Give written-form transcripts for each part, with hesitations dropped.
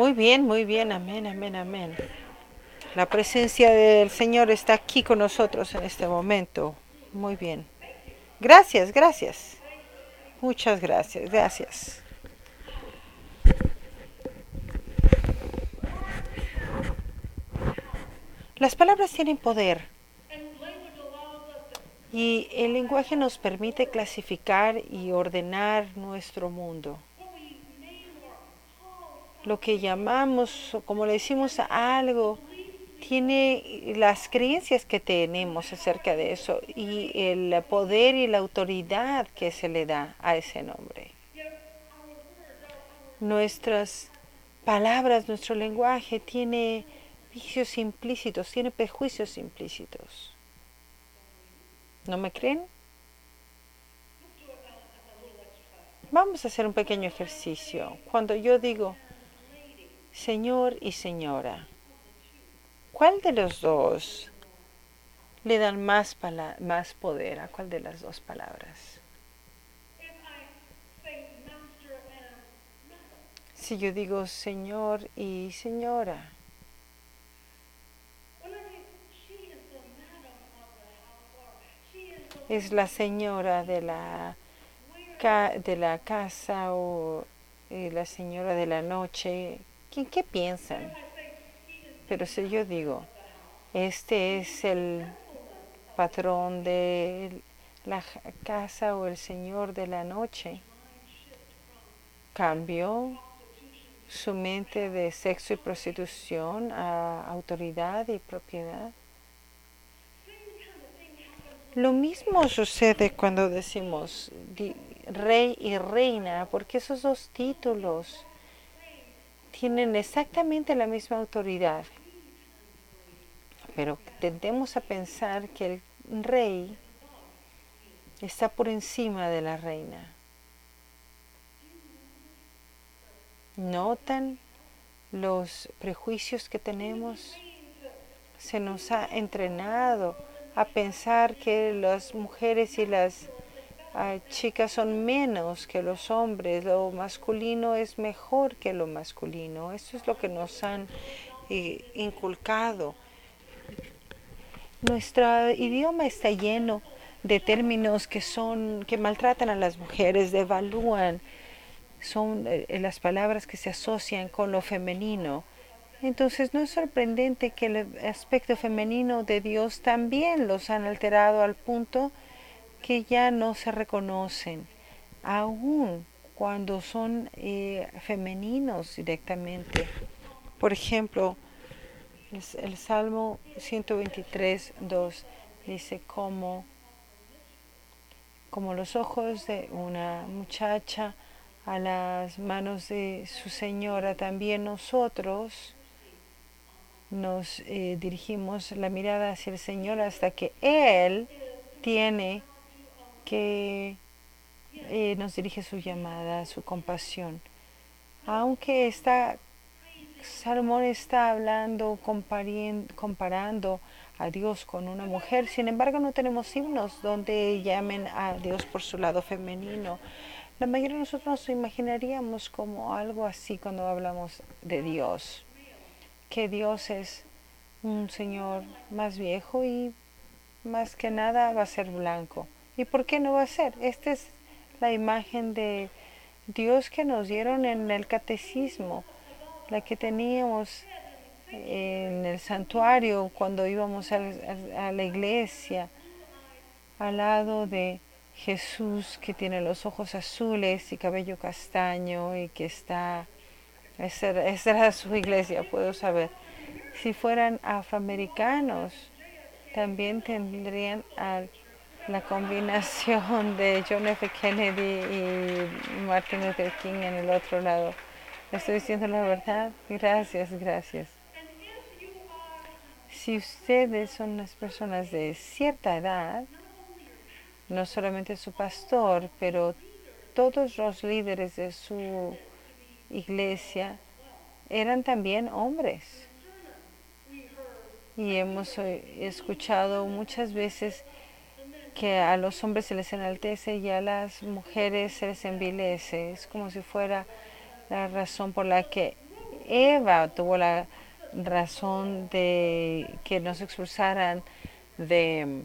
muy bien, amén, amén, amén. La presencia del Señor está aquí con nosotros en este momento. Muy bien. Gracias, gracias. Muchas gracias, gracias. Las palabras tienen poder y el lenguaje nos permite clasificar y ordenar nuestro mundo. Lo que llamamos, o como le decimos a algo, tiene las creencias que tenemos acerca de eso y el poder y la autoridad que se le da a ese nombre. Nuestras palabras, nuestro lenguaje tiene vicios implícitos, tiene prejuicios implícitos. ¿No me creen? Vamos a hacer un pequeño ejercicio. Cuando yo digo señor y señora, ¿cuál de los dos le dan más poder? ¿A cuál de las dos palabras? Si yo digo señor y señora, es la señora de la casa o la señora de la noche. ¿Qué piensan? Pero si yo digo, este es el patrón de la casa o el señor de la noche, cambió su mente de sexo y prostitución a autoridad y propiedad. Lo mismo sucede cuando decimos rey y reina, porque esos dos títulos tienen exactamente la misma autoridad, pero tendemos a pensar que el rey está por encima de la reina. ¿Notan los prejuicios que tenemos? Se nos ha entrenado a pensar que las mujeres y las chicas son menos que los hombres, lo masculino es mejor que lo masculino. Eso es lo que nos han inculcado. Nuestro idioma está lleno de términos que maltratan a las mujeres, devalúan, son las palabras que se asocian con lo femenino. Entonces no es sorprendente que el aspecto femenino de Dios también los han alterado al punto que ya no se reconocen, aun cuando son femeninos directamente. Por ejemplo, el Salmo 123:2 dice como los ojos de una muchacha a las manos de su señora, también nosotros nos dirigimos la mirada hacia el Señor hasta que Él tiene que nos dirige su llamada, su compasión. Aunque Salomón está hablando, comparando a Dios con una mujer, sin embargo no tenemos himnos donde llamen a Dios por su lado femenino. La mayoría de nosotros nos imaginaríamos como algo así cuando hablamos de Dios, que Dios es un Señor más viejo y más que nada va a ser blanco. ¿Y por qué no va a ser? Esta es la imagen de Dios que nos dieron en el catecismo, la que teníamos en el santuario cuando íbamos a la iglesia, al lado de Jesús que tiene los ojos azules y cabello castaño y que está, esa era su iglesia, puedo saber. Si fueran afroamericanos, también tendrían la combinación de John F. Kennedy y Martin Luther King en el otro lado. ¿Estoy diciendo la verdad? Gracias, gracias. Si ustedes son unas personas de cierta edad, no solamente su pastor, pero todos los líderes de su iglesia eran también hombres. Y hemos escuchado muchas veces que a los hombres se les enaltece y a las mujeres se les envilece. Es como si fuera la razón por la que Eva tuvo la razón de que nos expulsaran de,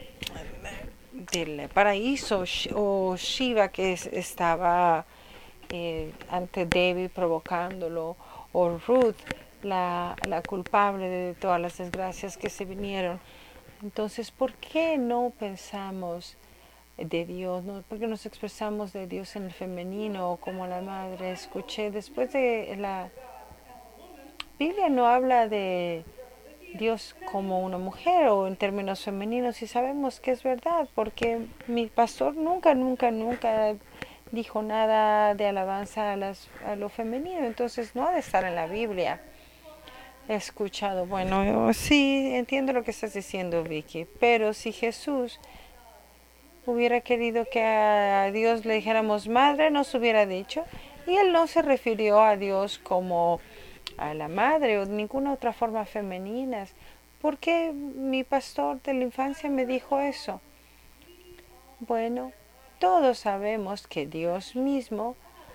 del paraíso, o Shiva que estaba ante David provocándolo, o Ruth, la culpable de todas las desgracias que se vinieron. Entonces, ¿por qué no pensamos de Dios? ¿No? ¿Por qué nos expresamos de Dios en el femenino como la madre? Escuché después de la Biblia no habla de Dios como una mujer o en términos femeninos, y sabemos que es verdad porque mi pastor nunca dijo nada de alabanza a lo femenino, entonces no ha de estar en la Biblia. He escuchado, bueno, sí, entiendo lo que estás diciendo, Vicky, pero si Jesús hubiera querido que a Dios le dijéramos madre, nos hubiera dicho, y él no se refirió a Dios como a la madre o de ninguna otra forma femenina. ¿Por qué mi pastor de la infancia me dijo eso? Bueno, todos sabemos que Dios mismo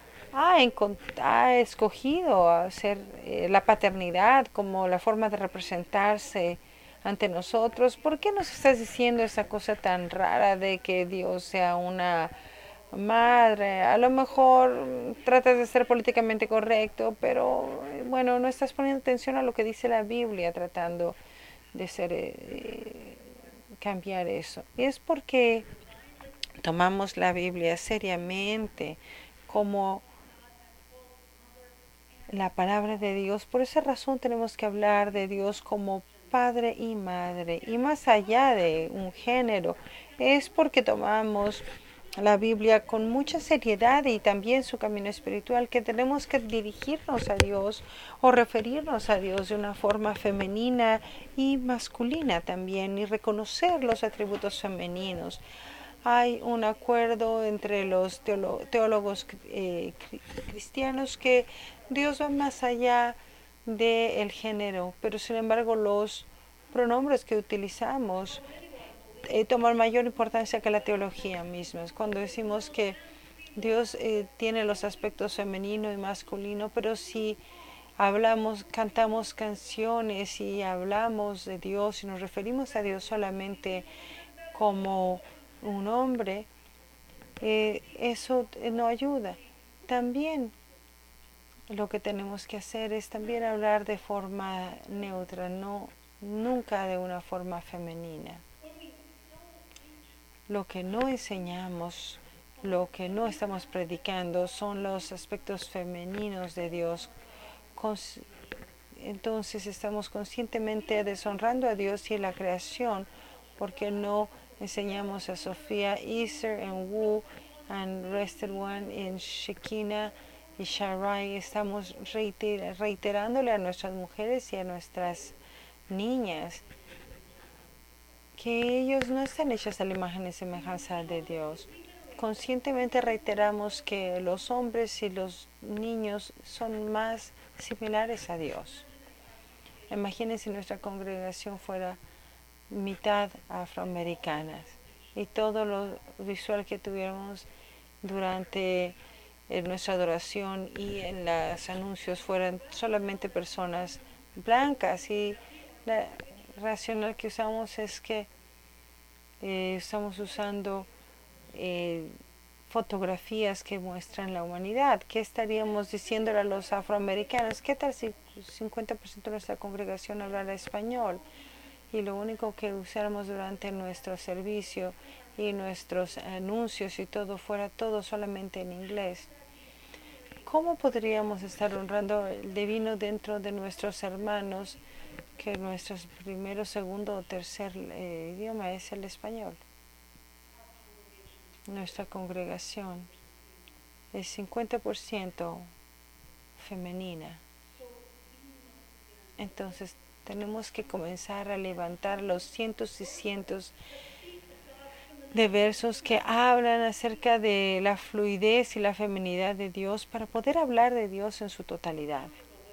ha escogido hacer la paternidad como la forma de representarse ante nosotros. ¿Por qué nos estás diciendo esa cosa tan rara de que Dios sea una madre? A lo mejor tratas de ser políticamente correcto, pero bueno, no estás poniendo atención a lo que dice la Biblia tratando de ser cambiar eso. Y es porque tomamos la Biblia seriamente como la palabra de Dios. Por esa razón tenemos que hablar de Dios como padre y madre. Y más allá de un género, es porque tomamos la Biblia con mucha seriedad y también su camino espiritual, que tenemos que dirigirnos a Dios o referirnos a Dios de una forma femenina y masculina también, y reconocer los atributos femeninos. Hay un acuerdo entre los teólogos cristianos que Dios va más allá del género, pero sin embargo los pronombres que utilizamos toman mayor importancia que la teología misma. Es cuando decimos que Dios tiene los aspectos femenino y masculino, pero si hablamos, cantamos canciones y hablamos de Dios y nos referimos a Dios solamente como un hombre, eso no ayuda. También lo que tenemos que hacer es también hablar de forma neutra, no nunca de una forma femenina. Lo que no enseñamos, lo que no estamos predicando son los aspectos femeninos de Dios. Entonces estamos conscientemente deshonrando a Dios y a la creación porque no enseñamos a Sofía, Easter en Wu, and Rested One en Shekinah y Sharai. Estamos reiterándole a nuestras mujeres y a nuestras niñas que ellos no están hechos a la imagen y semejanza de Dios. Conscientemente reiteramos que los hombres y los niños son más similares a Dios. Imagínense si nuestra congregación fuera mitad afroamericanas y todo lo visual que tuviéramos durante nuestra adoración y en los anuncios fueran solamente personas blancas, y la racional que usamos es que estamos usando eh, fotografías que muestran la humanidad. ¿Qué estaríamos diciéndole a los afroamericanos? ¿Qué tal si 50% de nuestra congregación hablara español y lo único que usáramos durante nuestro servicio y nuestros anuncios y todo fuera todo solamente en inglés? ¿Cómo podríamos estar honrando el divino dentro de nuestros hermanos, que nuestro primero, segundo o tercer idioma es el español? Nuestra congregación es 50% femenina. Entonces tenemos que comenzar a levantar los cientos y cientos de versos que hablan acerca de la fluidez y la feminidad de Dios para poder hablar de Dios en su totalidad.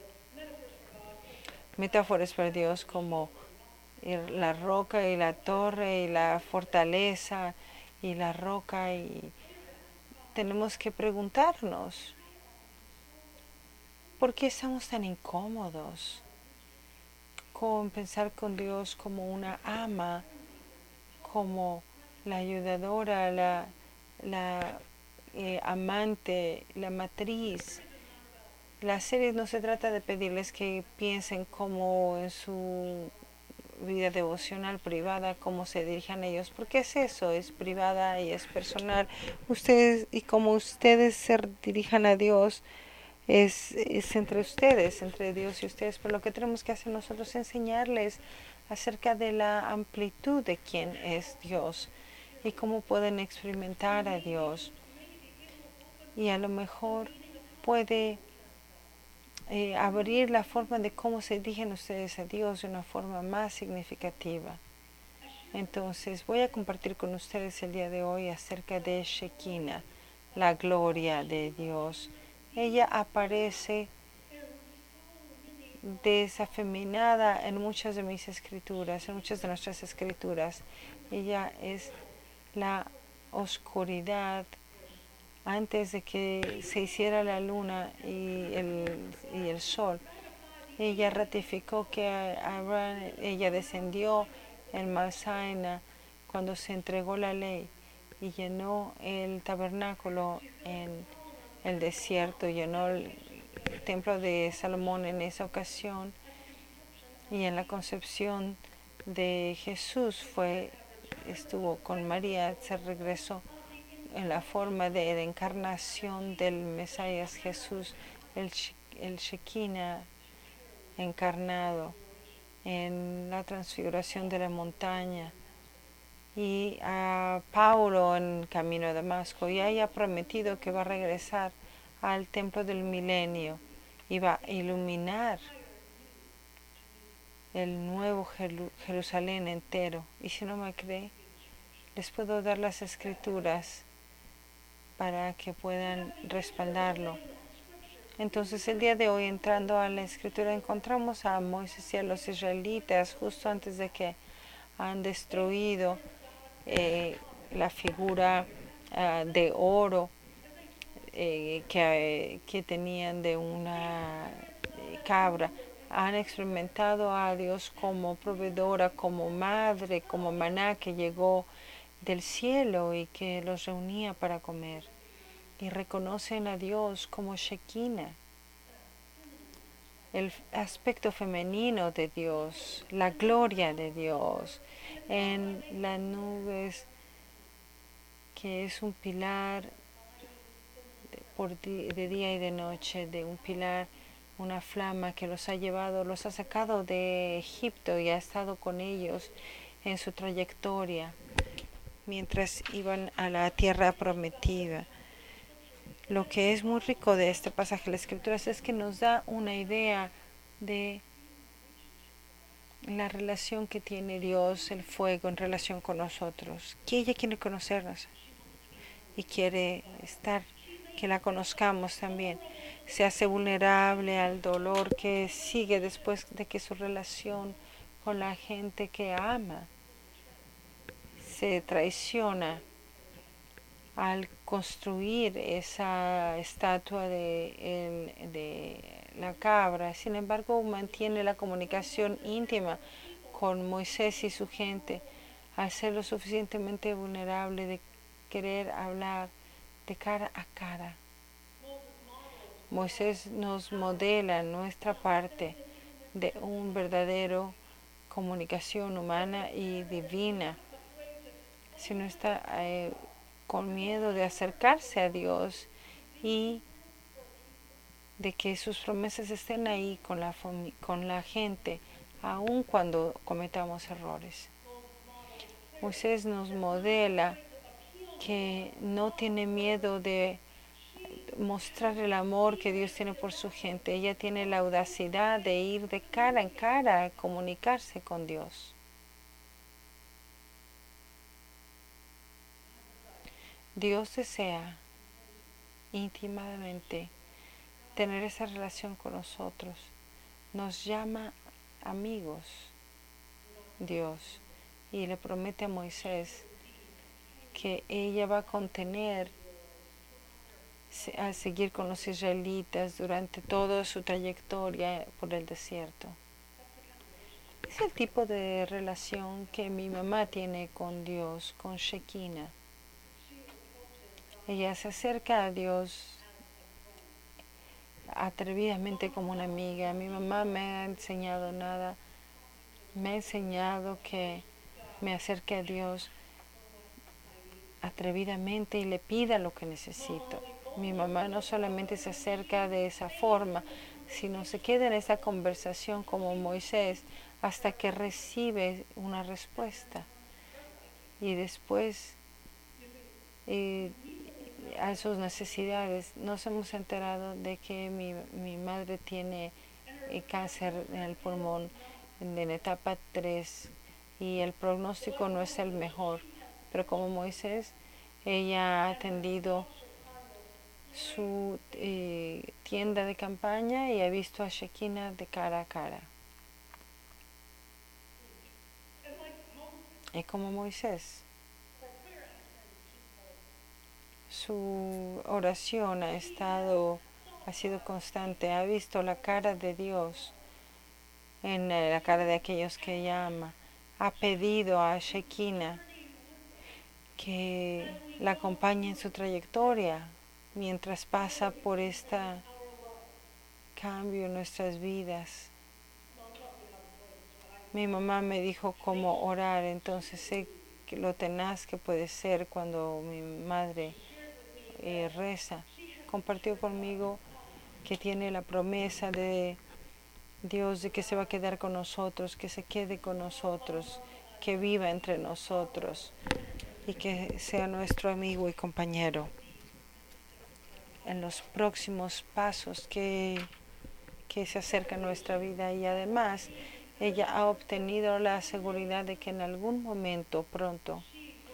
Metáforas para Dios como la roca y la torre y la fortaleza y la roca, y tenemos que preguntarnos ¿Por qué estamos tan incómodos con pensar con Dios como una ama, como la ayudadora, la amante, la matriz? Las series no se trata de pedirles que piensen como en su vida devocional privada, cómo se dirijan ellos, porque es eso, es privada y es personal. Ustedes, y como ustedes se dirijan a Dios, es entre ustedes, entre Dios y ustedes. Pero lo que tenemos que hacer nosotros es enseñarles acerca de la amplitud de quién es Dios y cómo pueden experimentar a Dios. Y a lo mejor puede abrir la forma de cómo se dirigen ustedes a Dios de una forma más significativa. Entonces voy a compartir con ustedes el día de hoy acerca de Shekinah, la gloria de Dios. Ella aparece desafeminada en muchas de mis escrituras, en muchas de nuestras escrituras. Ella es la oscuridad antes de que se hiciera la luna y el sol. Ella ratificó que Abraham, ella descendió en Malsaina cuando se entregó la ley y llenó el tabernáculo en el desierto, llenó el templo de Salomón en esa ocasión, y en la concepción de Jesús estuvo con María, se regresó en la forma de la encarnación del Mesías Jesús, el Shekinah encarnado en la transfiguración de la montaña, y a Paulo en camino a Damasco. Y haya prometido que va a regresar al templo del milenio y va a iluminar el nuevo Jerusalén entero. Y si no me cree, les puedo dar las escrituras para que puedan respaldarlo. Entonces el día de hoy, entrando a la escritura, encontramos a Moisés y a los israelitas justo antes de que han destruido la figura de oro que tenían de una cabra. Han experimentado a Dios como proveedora, como madre, como maná que llegó del cielo y que los reunía para comer. Y reconocen a Dios como Shekinah, el aspecto femenino de Dios, la gloria de Dios en las nubes, que es un pilar de día y de noche, de un pilar, una flama que los ha llevado, los ha sacado de Egipto y ha estado con ellos en su trayectoria mientras iban a la tierra prometida. Lo que es muy rico de este pasaje de las Escrituras es que nos da una idea de la relación que tiene Dios, el fuego, en relación con nosotros, que ella quiere conocernos y quiere que la conozcamos también. Se hace vulnerable al dolor que sigue después de que su relación con la gente que ama se traiciona al construir esa estatua de la cabra. Sin embargo, mantiene la comunicación íntima con Moisés y su gente al ser lo suficientemente vulnerable de querer hablar de cara a cara. Moisés nos modela nuestra parte de un verdadero comunicación humana y divina. Si no está con miedo de acercarse a Dios y de que sus promesas estén ahí con la gente, aun cuando cometamos errores. Moisés nos modela que no tiene miedo de mostrar el amor que Dios tiene por su gente. Ella tiene la audacidad de ir de cara en cara a comunicarse con Dios. Dios desea íntimamente tener esa relación con nosotros. Nos llama amigos, Dios, y le promete a Moisés que ella va a contener a seguir con los israelitas durante toda su trayectoria por el desierto. Es el tipo de relación que mi mamá tiene con Dios, con Shekinah. Ella se acerca a Dios atrevidamente como una amiga. Mi mamá me ha enseñado nada, me ha enseñado que me acerque a Dios atrevidamente y le pida lo que necesito. Mi mamá no solamente se acerca de esa forma, sino se queda en esa conversación como Moisés hasta que recibe una respuesta. Y después a sus necesidades nos hemos enterado de que mi madre tiene cáncer en el pulmón en etapa 3 y el pronóstico no es el mejor, pero como Moisés, ella ha atendido su tienda de campaña y ha visto a Shekinah de cara a cara. Y como Moisés, su oración ha sido constante, ha visto la cara de Dios en la cara de aquellos que ella ama. Ha pedido a Shekinah que la acompañe en su trayectoria mientras pasa por este cambio en nuestras vidas. Mi mamá me dijo cómo orar, entonces sé que lo tenaz que puede ser cuando mi madre reza. Compartió conmigo que tiene la promesa de Dios de que se va a quedar con nosotros, que se quede con nosotros, que viva entre nosotros y que sea nuestro amigo y compañero en los próximos pasos que se acerca a nuestra vida. Y además ella ha obtenido la seguridad de que en algún momento pronto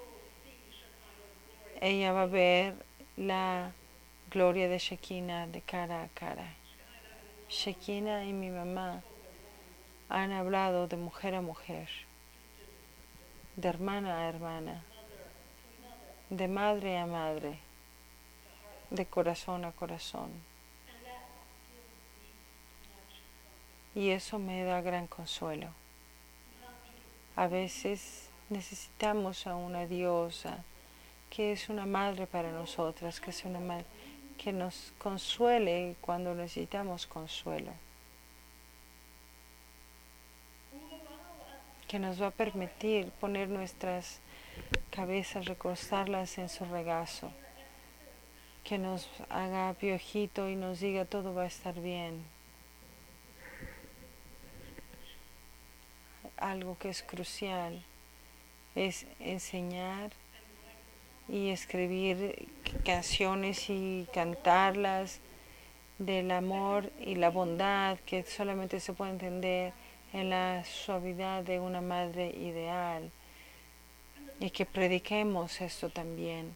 ella va a ver la gloria de Shekinah de cara a cara. Shekinah y mi mamá han hablado de mujer a mujer, de hermana a hermana, de madre a madre, de corazón a corazón. Y eso me da gran consuelo. A veces necesitamos a una diosa que es una madre para nosotras, que es una madre que nos consuele cuando necesitamos consuelo, que nos va a permitir poner nuestras cabezas, recostarlas en su regazo, que nos haga piojito y nos diga todo va a estar bien. Algo que es crucial es enseñar y escribir canciones y cantarlas del amor y la bondad que solamente se puede entender en la suavidad de una madre ideal, y que prediquemos esto también.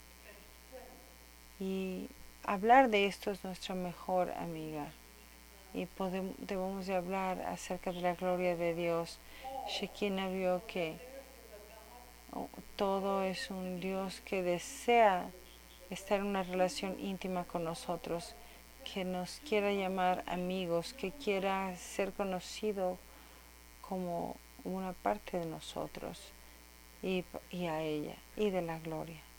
Y hablar de esto es nuestra mejor amiga, y debemos de hablar acerca de la gloria de Dios. Shekinah vio que todo es un Dios que desea estar en una relación íntima con nosotros, que nos quiera llamar amigos, que quiera ser conocido como una parte de nosotros y a ella y de la gloria.